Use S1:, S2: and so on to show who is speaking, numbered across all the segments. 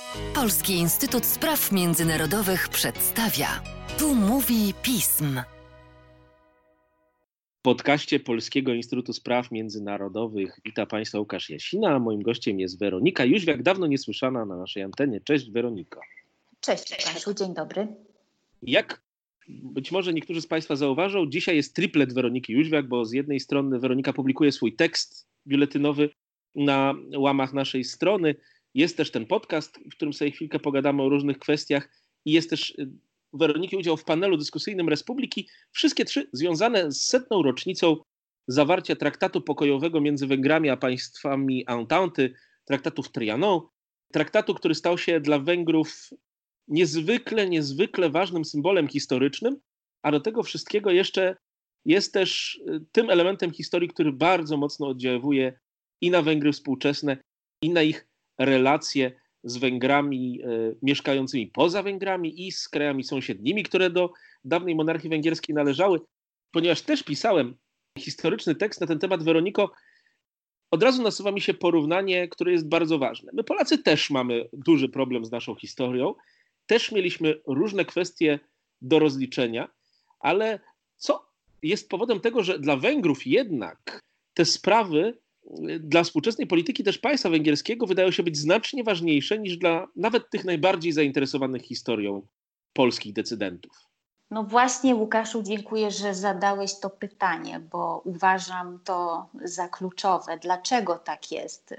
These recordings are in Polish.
S1: Polski Instytut Spraw Międzynarodowych przedstawia. Tu mówi pism.
S2: W podcaście Polskiego Instytutu Spraw Międzynarodowych wita Państwa Łukasz Jasina, a moim gościem jest Weronika Jóźwiak, dawno niesłyszana na naszej antenie. Cześć Weroniko.
S3: Cześć Łukaszu, dzień dobry.
S2: Jak być może niektórzy z Państwa zauważą, dzisiaj jest triplet Weroniki Jóźwiak, bo z jednej strony Weronika publikuje swój tekst biuletynowy na łamach naszej strony, jest też ten podcast, w którym sobie chwilkę pogadamy o różnych kwestiach i jest też Weroniki udział w panelu dyskusyjnym Republiki. Wszystkie trzy związane z 100. rocznicą zawarcia traktatu pokojowego między Węgrami a państwami Entente, traktatu w Trianon, traktatu, który stał się dla Węgrów niezwykle ważnym symbolem historycznym, a do tego wszystkiego jeszcze jest też tym elementem historii, który bardzo mocno oddziaływuje i na Węgry współczesne, i na ich relacje z Węgrami mieszkającymi poza Węgrami i z krajami sąsiednimi, które do dawnej monarchii węgierskiej należały. Ponieważ też pisałem historyczny tekst na ten temat, Weroniko, od razu nasuwa mi się porównanie, które jest bardzo ważne. My Polacy też mamy duży problem z naszą historią, też mieliśmy różne kwestie do rozliczenia, ale co jest powodem tego, że dla Węgrów jednak te sprawy dla współczesnej polityki też państwa węgierskiego wydają się być znacznie ważniejsze niż dla nawet tych najbardziej zainteresowanych historią polskich decydentów.
S3: No właśnie Łukaszu, dziękuję, że zadałeś to pytanie, bo uważam to za kluczowe. Dlaczego tak jest,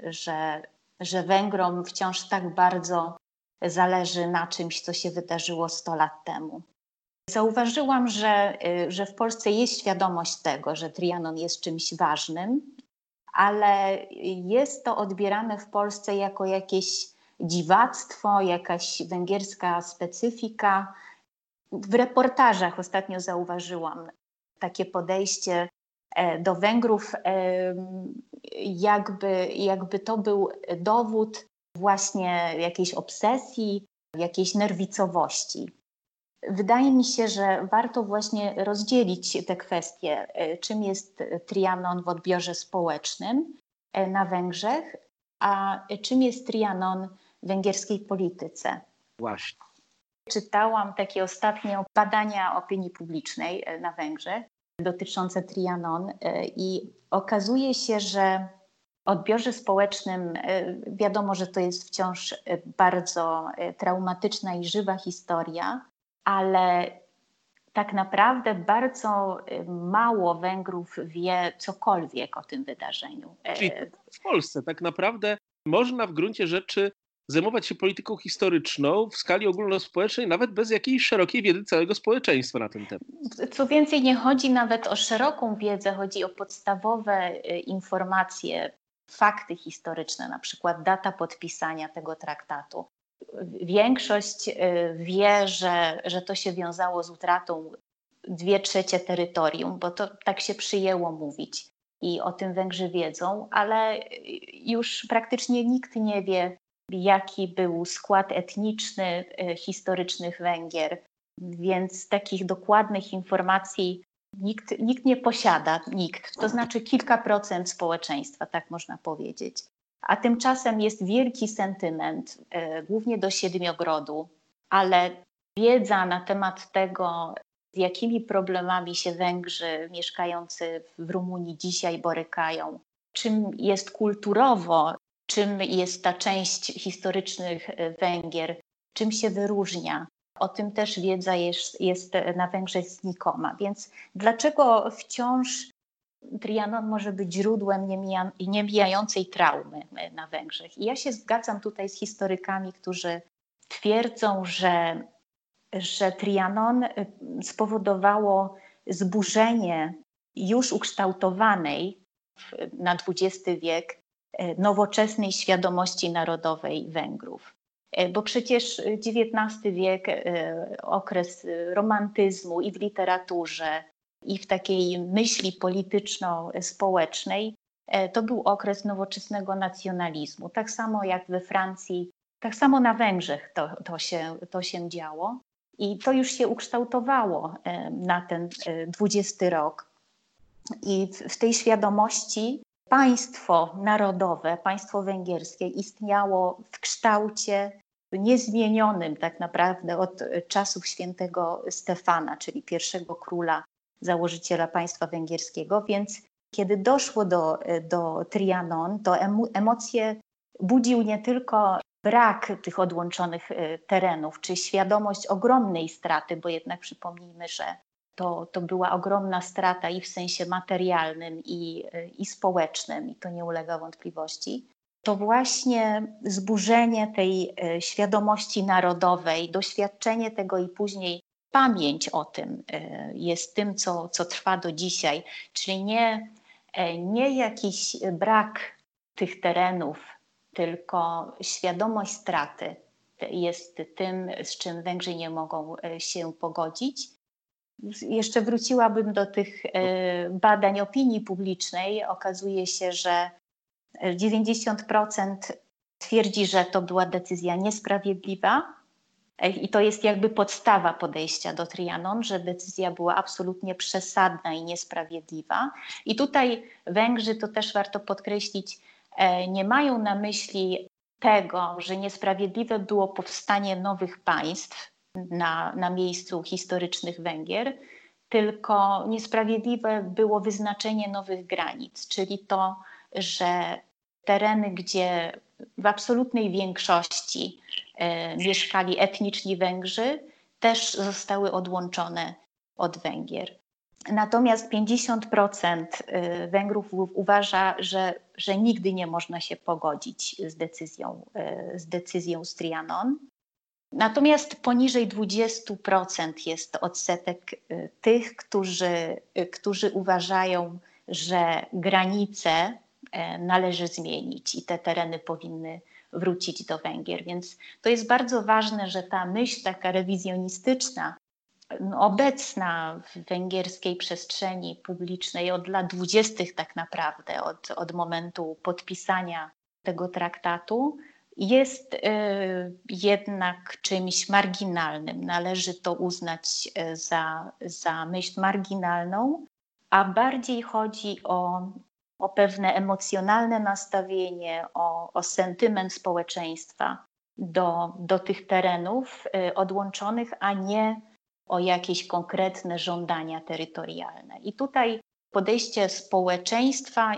S3: że Węgrom wciąż tak bardzo zależy na czymś, co się wydarzyło 100 lat temu? Zauważyłam, że w Polsce jest świadomość tego, że Trianon jest czymś ważnym, ale jest to odbierane w Polsce jako jakieś dziwactwo, jakaś węgierska specyfika. W reportażach ostatnio zauważyłam takie podejście do Węgrów, jakby to był dowód właśnie jakiejś obsesji, jakiejś nerwicowości. Wydaje mi się, że warto właśnie rozdzielić te kwestie, czym jest Trianon w odbiorze społecznym na Węgrzech, a czym jest Trianon w węgierskiej polityce.
S2: Właśnie.
S3: Czytałam takie ostatnie badania opinii publicznej na Węgrzech dotyczące Trianon i okazuje się, że w odbiorze społecznym wiadomo, że to jest wciąż bardzo traumatyczna i żywa historia, ale tak naprawdę bardzo mało Węgrów wie cokolwiek o tym wydarzeniu.
S2: Czyli w Polsce tak naprawdę można w gruncie rzeczy zajmować się polityką historyczną w skali ogólnospołecznej, nawet bez jakiejś szerokiej wiedzy całego społeczeństwa na ten temat.
S3: Co więcej, nie chodzi nawet o szeroką wiedzę, chodzi o podstawowe informacje, fakty historyczne, na przykład data podpisania tego traktatu. Większość wie, że to się wiązało z utratą 2/3 terytorium, bo to tak się przyjęło mówić i o tym Węgrzy wiedzą, ale już praktycznie nikt nie wie, jaki był skład etniczny, historycznych Węgier, więc takich dokładnych informacji nikt nie posiada, to znaczy kilka procent społeczeństwa, tak można powiedzieć. A tymczasem jest wielki sentyment, głównie do Siedmiogrodu, ale wiedza na temat tego, z jakimi problemami się Węgrzy mieszkający w Rumunii dzisiaj borykają, czym jest kulturowo, czym jest ta część historycznych Węgier, czym się wyróżnia. O tym też wiedza jest na Węgrzech znikoma. Więc dlaczego wciąż Trianon może być źródłem niemijającej traumy na Węgrzech? I ja się zgadzam tutaj z historykami, którzy twierdzą, że Trianon spowodowało zburzenie już ukształtowanej na XX wiek nowoczesnej świadomości narodowej Węgrów. Bo przecież XIX wiek, okres romantyzmu i w literaturze, i w takiej myśli polityczno-społecznej, to był okres nowoczesnego nacjonalizmu. Tak samo jak we Francji, tak samo na Węgrzech to się działo. I to już się ukształtowało na ten 20 rok. I w tej świadomości państwo narodowe, państwo węgierskie istniało w kształcie niezmienionym tak naprawdę od czasów świętego Stefana, czyli pierwszego króla, założyciela państwa węgierskiego, więc kiedy doszło do Trianon, to emocje budził nie tylko brak tych odłączonych terenów, czy świadomość ogromnej straty, bo jednak przypomnijmy, że to była ogromna strata i w sensie materialnym, i społecznym, i to nie ulega wątpliwości. To właśnie zburzenie tej świadomości narodowej, doświadczenie tego i później pamięć o tym jest tym, co trwa do dzisiaj. Czyli nie jakiś brak tych terenów, tylko świadomość straty jest tym, z czym Węgrzy nie mogą się pogodzić. Jeszcze wróciłabym do tych badań opinii publicznej. Okazuje się, że 90% twierdzi, że to była decyzja niesprawiedliwa i to jest jakby podstawa podejścia do Trianon, że decyzja była absolutnie przesadna i niesprawiedliwa. I tutaj Węgrzy, to też warto podkreślić, nie mają na myśli tego, że niesprawiedliwe było powstanie nowych państw na miejscu historycznych Węgier, tylko niesprawiedliwe było wyznaczenie nowych granic, czyli to, że tereny, gdzie w absolutnej większości mieszkali etniczni Węgrzy, też zostały odłączone od Węgier. Natomiast 50% Węgrów uważa, że nigdy nie można się pogodzić z decyzją z Trianon. Natomiast poniżej 20% jest odsetek tych, którzy uważają, że granice należy zmienić i te tereny powinny wrócić do Węgier. Więc to jest bardzo ważne, że ta myśl taka rewizjonistyczna, obecna w węgierskiej przestrzeni publicznej od lat 20. tak naprawdę, od momentu podpisania tego traktatu, jest jednak czymś marginalnym. Należy to uznać za myśl marginalną, a bardziej chodzi o pewne emocjonalne nastawienie, o sentyment społeczeństwa do tych terenów odłączonych, a nie o jakieś konkretne żądania terytorialne. I tutaj podejście społeczeństwa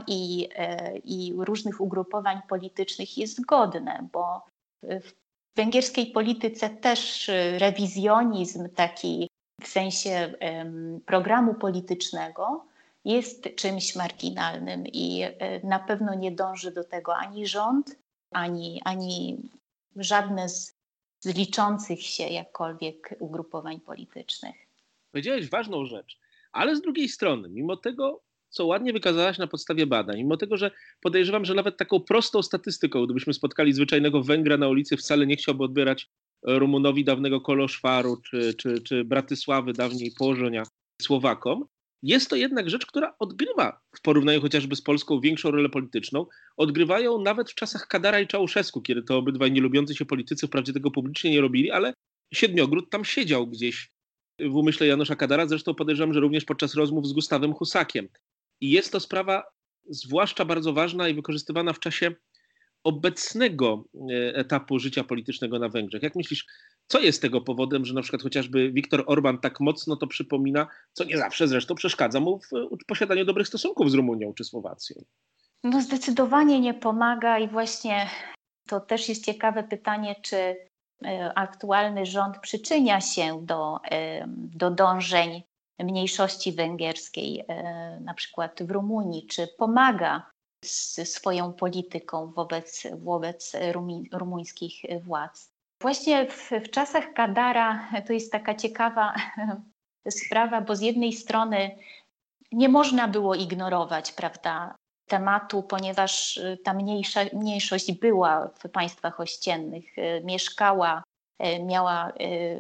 S3: i różnych ugrupowań politycznych jest zgodne, bo w węgierskiej polityce też rewizjonizm taki w sensie programu politycznego jest czymś marginalnym i na pewno nie dąży do tego ani rząd, ani żadne z liczących się jakkolwiek ugrupowań politycznych.
S2: Powiedziałeś ważną rzecz, ale z drugiej strony, mimo tego, co ładnie wykazałaś na podstawie badań, mimo tego, że podejrzewam, że nawet taką prostą statystyką, gdybyśmy spotkali zwyczajnego Węgra na ulicy, wcale nie chciałby odbierać Rumunowi dawnego Koloszwaru czy Bratysławy, dawniej położenia Słowakom, jest to jednak rzecz, która odgrywa w porównaniu chociażby z Polską większą rolę polityczną. Odgrywają nawet w czasach Kadara i Czałszewsku, kiedy to obydwaj nielubiący się politycy wprawdzie tego publicznie nie robili, ale Siedmiogród tam siedział gdzieś w umyśle Janusza Kadara. Zresztą podejrzewam, że również podczas rozmów z Gustawem Husakiem. I jest to sprawa zwłaszcza bardzo ważna i wykorzystywana w czasie obecnego etapu życia politycznego na Węgrzech. Jak myślisz, co jest tego powodem, że na przykład chociażby Viktor Orbán tak mocno to przypomina, co nie zawsze zresztą przeszkadza mu w posiadaniu dobrych stosunków z Rumunią czy Słowacją?
S3: No zdecydowanie nie pomaga i właśnie to też jest ciekawe pytanie, czy aktualny rząd przyczynia się do dążeń mniejszości węgierskiej, na przykład w Rumunii, czy pomaga swoją polityką wobec rumuńskich władz. Właśnie w czasach Kadara to jest taka ciekawa sprawa, bo z jednej strony nie można było ignorować, prawda, tematu, ponieważ ta mniejszość była w państwach ościennych, mieszkała, miała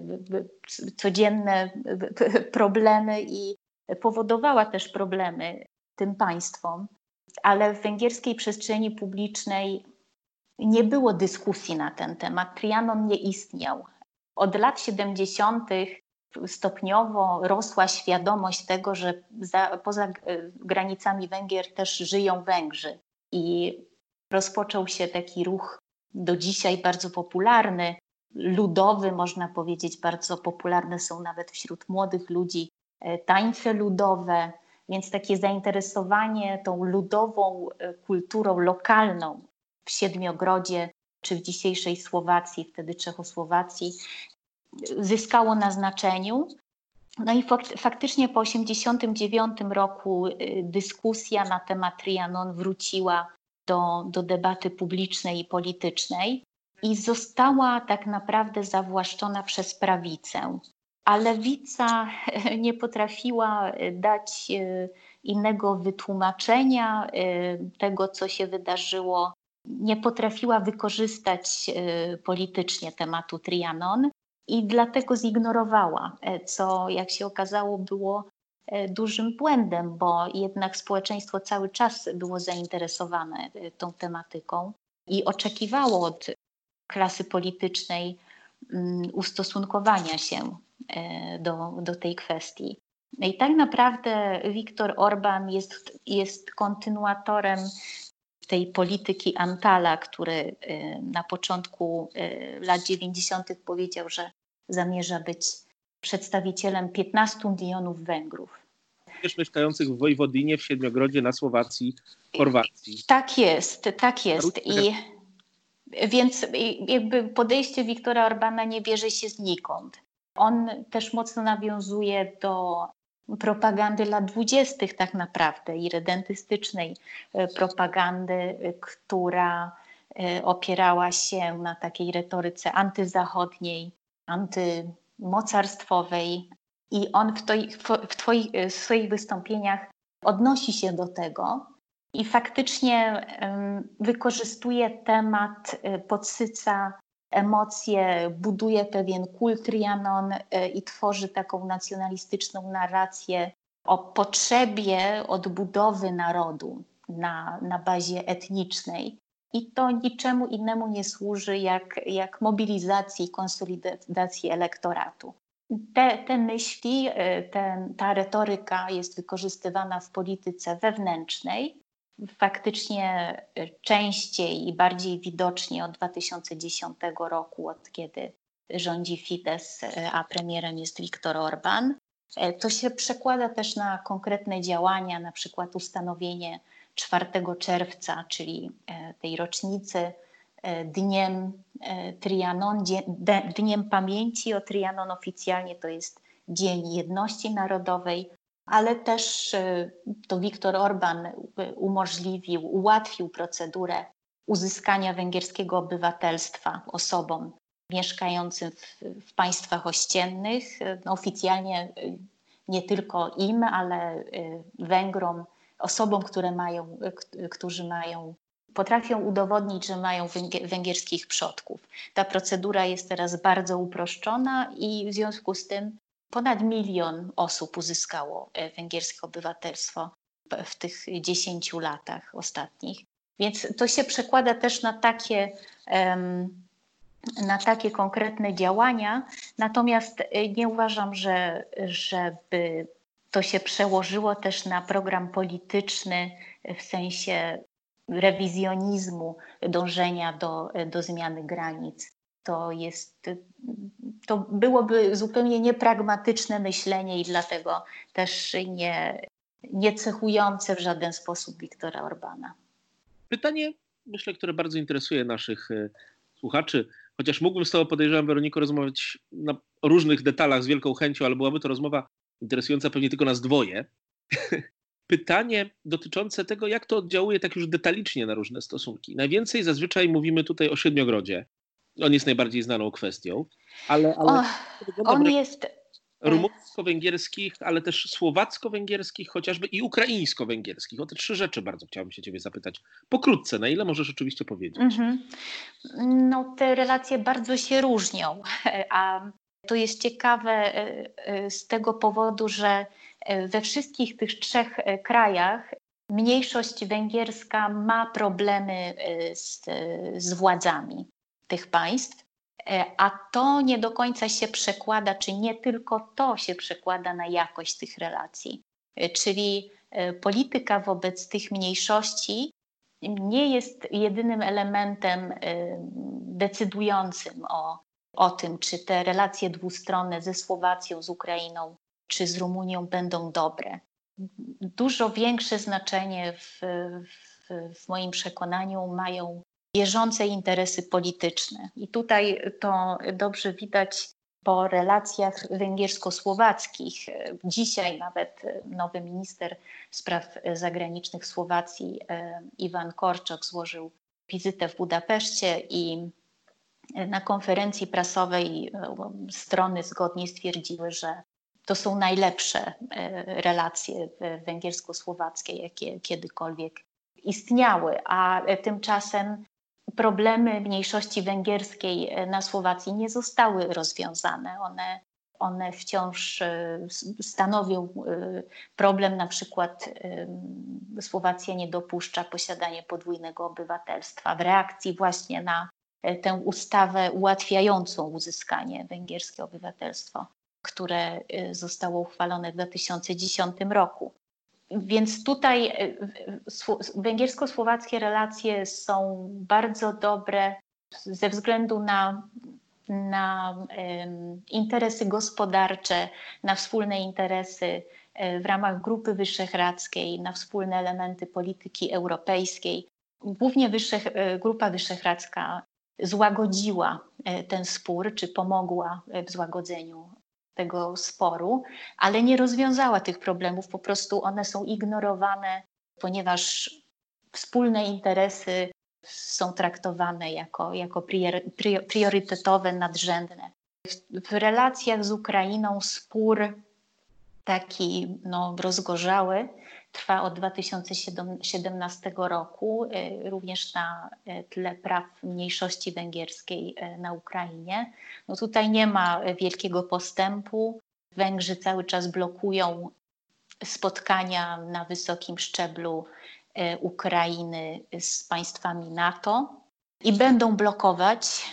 S3: codzienne problemy i powodowała też problemy tym państwom. Ale w węgierskiej przestrzeni publicznej nie było dyskusji na ten temat. Trianon nie istniał. Od lat 70. stopniowo rosła świadomość tego, że poza granicami Węgier też żyją Węgrzy. I rozpoczął się taki ruch do dzisiaj bardzo popularny ludowy, można powiedzieć, bardzo popularne są nawet wśród młodych ludzi tańce ludowe, więc takie zainteresowanie tą ludową kulturą lokalną w Siedmiogrodzie czy w dzisiejszej Słowacji, wtedy Czechosłowacji, zyskało na znaczeniu. No i faktycznie po 1989 roku dyskusja na temat Trianon wróciła do debaty publicznej i politycznej i została tak naprawdę zawłaszczona przez prawicę. A lewica nie potrafiła dać innego wytłumaczenia tego, co się wydarzyło. Nie potrafiła wykorzystać politycznie tematu Trianon i dlatego zignorowała, co jak się okazało było dużym błędem, bo jednak społeczeństwo cały czas było zainteresowane tą tematyką i oczekiwało od klasy politycznej ustosunkowania się do tej kwestii. I tak naprawdę Viktor Orban jest kontynuatorem tej polityki Antala, który na początku lat 90. powiedział, że zamierza być przedstawicielem 15 milionów Węgrów.
S2: Też mieszkających w Wojwodinie, w Siedmiogrodzie, na Słowacji, Chorwacji.
S3: Tak jest. I więc jakby podejście Viktora Orbana nie bierze się znikąd. On też mocno nawiązuje do propagandy lat 20. tak naprawdę i redentystycznej propagandy, która opierała się na takiej retoryce antyzachodniej, antymocarstwowej i on w swoich wystąpieniach odnosi się do tego i faktycznie wykorzystuje temat, podsyca emocje, buduje pewien kult Trianon i tworzy taką nacjonalistyczną narrację o potrzebie odbudowy narodu na bazie etnicznej. I to niczemu innemu nie służy jak mobilizacji i konsolidacji elektoratu. Te myśli, ta retoryka jest wykorzystywana w polityce wewnętrznej. Faktycznie częściej i bardziej widocznie od 2010 roku, od kiedy rządzi Fidesz, a premierem jest Viktor Orban. To się przekłada też na konkretne działania, na przykład ustanowienie 4 czerwca, czyli tej rocznicy, dniem Trianon, dniem pamięci o Trianon. Oficjalnie to jest Dzień Jedności Narodowej, ale też to Viktor Orban ułatwił procedurę uzyskania węgierskiego obywatelstwa osobom mieszkającym w państwach ościennych. Oficjalnie nie tylko im, ale Węgrom, osobom, którzy potrafią udowodnić, że mają węgierskich przodków. Ta procedura jest teraz bardzo uproszczona i w związku z tym ponad 1 milion osób uzyskało węgierskie obywatelstwo w tych 10 latach ostatnich. Więc to się przekłada też na takie konkretne działania. Natomiast nie uważam, żeby to się przełożyło też na program polityczny w sensie rewizjonizmu, dążenia do zmiany granic. To byłoby zupełnie niepragmatyczne myślenie i dlatego też nie cechujące w żaden sposób Viktora Orbana.
S2: Pytanie, myślę, które bardzo interesuje naszych słuchaczy, chociaż mógłbym z tobą, podejrzewam, Weroniko, rozmawiać o różnych detalach z wielką chęcią, ale byłaby to rozmowa interesująca pewnie tylko nas dwoje. Pytanie dotyczące tego, jak to oddziałuje tak już detalicznie na różne stosunki. Najwięcej zazwyczaj mówimy tutaj o Siedmiogrodzie. On jest najbardziej znaną kwestią, ale
S3: on jest
S2: rumuńsko-węgierskich, ale też słowacko-węgierskich chociażby i ukraińsko-węgierskich. O te 3 rzeczy bardzo chciałabym się ciebie zapytać. Pokrótce, na ile możesz oczywiście powiedzieć?
S3: No, te relacje bardzo się różnią, a to jest ciekawe z tego powodu, że we wszystkich tych 3 krajach mniejszość węgierska ma problemy z władzami tych państw, a to nie do końca się przekłada, czy nie tylko to się przekłada na jakość tych relacji. Czyli polityka wobec tych mniejszości nie jest jedynym elementem decydującym o o tym, czy te relacje dwustronne ze Słowacją, z Ukrainą, czy z Rumunią będą dobre. Dużo większe znaczenie w moim przekonaniu mają bieżące interesy polityczne. I tutaj to dobrze widać po relacjach węgiersko-słowackich. Dzisiaj nawet nowy minister spraw zagranicznych Słowacji Iwan Korczok złożył wizytę w Budapeszcie i na konferencji prasowej strony zgodnie stwierdziły, że to są najlepsze relacje węgiersko-słowackie, jakie kiedykolwiek istniały, a tymczasem problemy mniejszości węgierskiej na Słowacji nie zostały rozwiązane. One wciąż stanowią problem. Na przykład Słowacja nie dopuszcza posiadania podwójnego obywatelstwa w reakcji właśnie na tę ustawę ułatwiającą uzyskanie węgierskiego obywatelstwa, które zostało uchwalone w 2010 roku. Więc tutaj węgiersko-słowackie relacje są bardzo dobre ze względu na interesy gospodarcze, na wspólne interesy w ramach Grupy Wyszehradzkiej, na wspólne elementy polityki europejskiej. Głównie Grupa Wyszehradzka złagodziła ten spór, czy pomogła w złagodzeniu tego sporu, ale nie rozwiązała tych problemów. Po prostu one są ignorowane, ponieważ wspólne interesy są traktowane jako priorytetowe, nadrzędne. W relacjach z Ukrainą spór taki rozgorzały trwa od 2017 roku, również na tle praw mniejszości węgierskiej na Ukrainie. Tutaj nie ma wielkiego postępu. Węgrzy cały czas blokują spotkania na wysokim szczeblu Ukrainy z państwami NATO i będą blokować,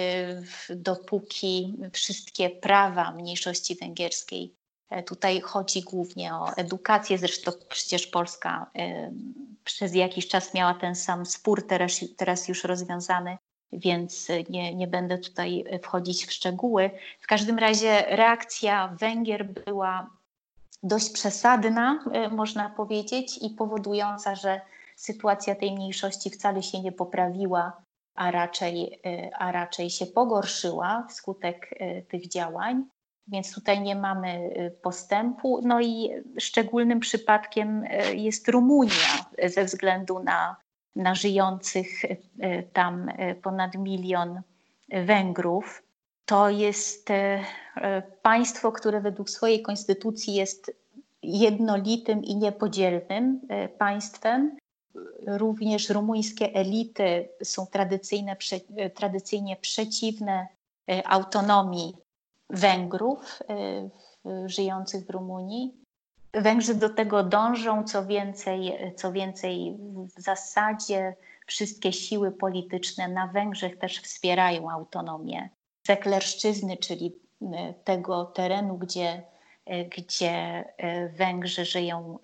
S3: dopóki wszystkie prawa mniejszości węgierskiej. Tutaj chodzi głównie o edukację, zresztą przecież Polska przez jakiś czas miała ten sam spór, teraz już rozwiązany, więc nie będę tutaj wchodzić w szczegóły. W każdym razie reakcja Węgier była dość przesadna, można powiedzieć, i powodująca, że sytuacja tej mniejszości wcale się nie poprawiła, a raczej się pogorszyła wskutek tych działań. Więc tutaj nie mamy postępu. No i szczególnym przypadkiem jest Rumunia ze względu na żyjących tam ponad 1 milion Węgrów. To jest państwo, które według swojej konstytucji jest jednolitym i niepodzielnym państwem. Również rumuńskie elity są tradycyjnie przeciwne autonomii Węgrów żyjących w Rumunii. Węgrzy do tego dążą, co więcej w zasadzie wszystkie siły polityczne na Węgrzech też wspierają autonomię Seklerszczyzny, czyli tego terenu, gdzie Węgrzy żyją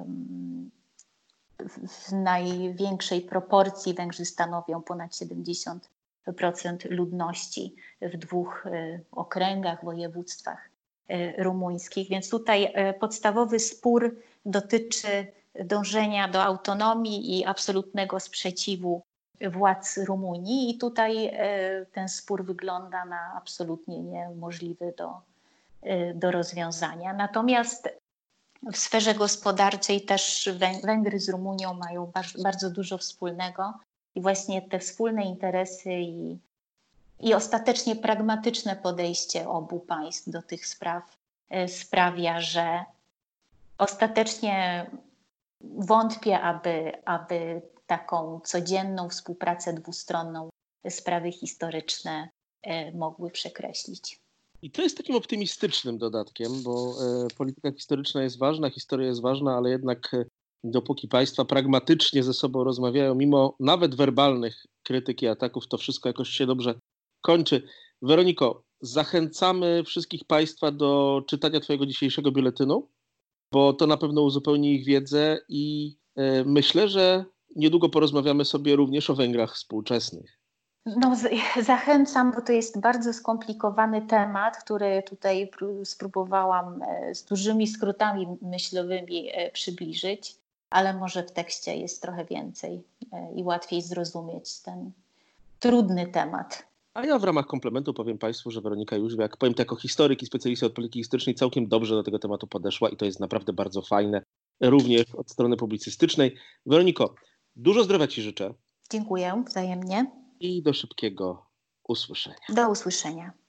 S3: w największej proporcji. Węgrzy stanowią ponad 70% ludności w 2 okręgach, województwach rumuńskich. Więc tutaj podstawowy spór dotyczy dążenia do autonomii i absolutnego sprzeciwu władz Rumunii. I tutaj ten spór wygląda na absolutnie niemożliwy do rozwiązania. Natomiast w sferze gospodarczej też Węgry z Rumunią mają bardzo dużo wspólnego. I właśnie te wspólne interesy i ostatecznie pragmatyczne podejście obu państw do tych spraw sprawia, że ostatecznie wątpię, aby taką codzienną współpracę dwustronną sprawy historyczne mogły przekreślić.
S2: I to jest takim optymistycznym dodatkiem, bo polityka historyczna jest ważna, historia jest ważna, ale jednak dopóki państwa pragmatycznie ze sobą rozmawiają, mimo nawet werbalnych krytyk i ataków, to wszystko jakoś się dobrze kończy. Weroniko, zachęcamy wszystkich państwa do czytania twojego dzisiejszego biuletynu, bo to na pewno uzupełni ich wiedzę i myślę, że niedługo porozmawiamy sobie również o Węgrach współczesnych.
S3: No, zachęcam, bo to jest bardzo skomplikowany temat, który tutaj spróbowałam z dużymi skrótami myślowymi przybliżyć, ale może w tekście jest trochę więcej i łatwiej zrozumieć ten trudny temat.
S2: A ja w ramach komplementu powiem Państwu, że Weronika Jóźwiak, powiem to jako historyk i specjalista od polityki historycznej, całkiem dobrze do tego tematu podeszła i to jest naprawdę bardzo fajne, również od strony publicystycznej. Weroniko, dużo zdrowia Ci życzę.
S3: Dziękuję wzajemnie.
S2: I do szybkiego usłyszenia.
S3: Do usłyszenia.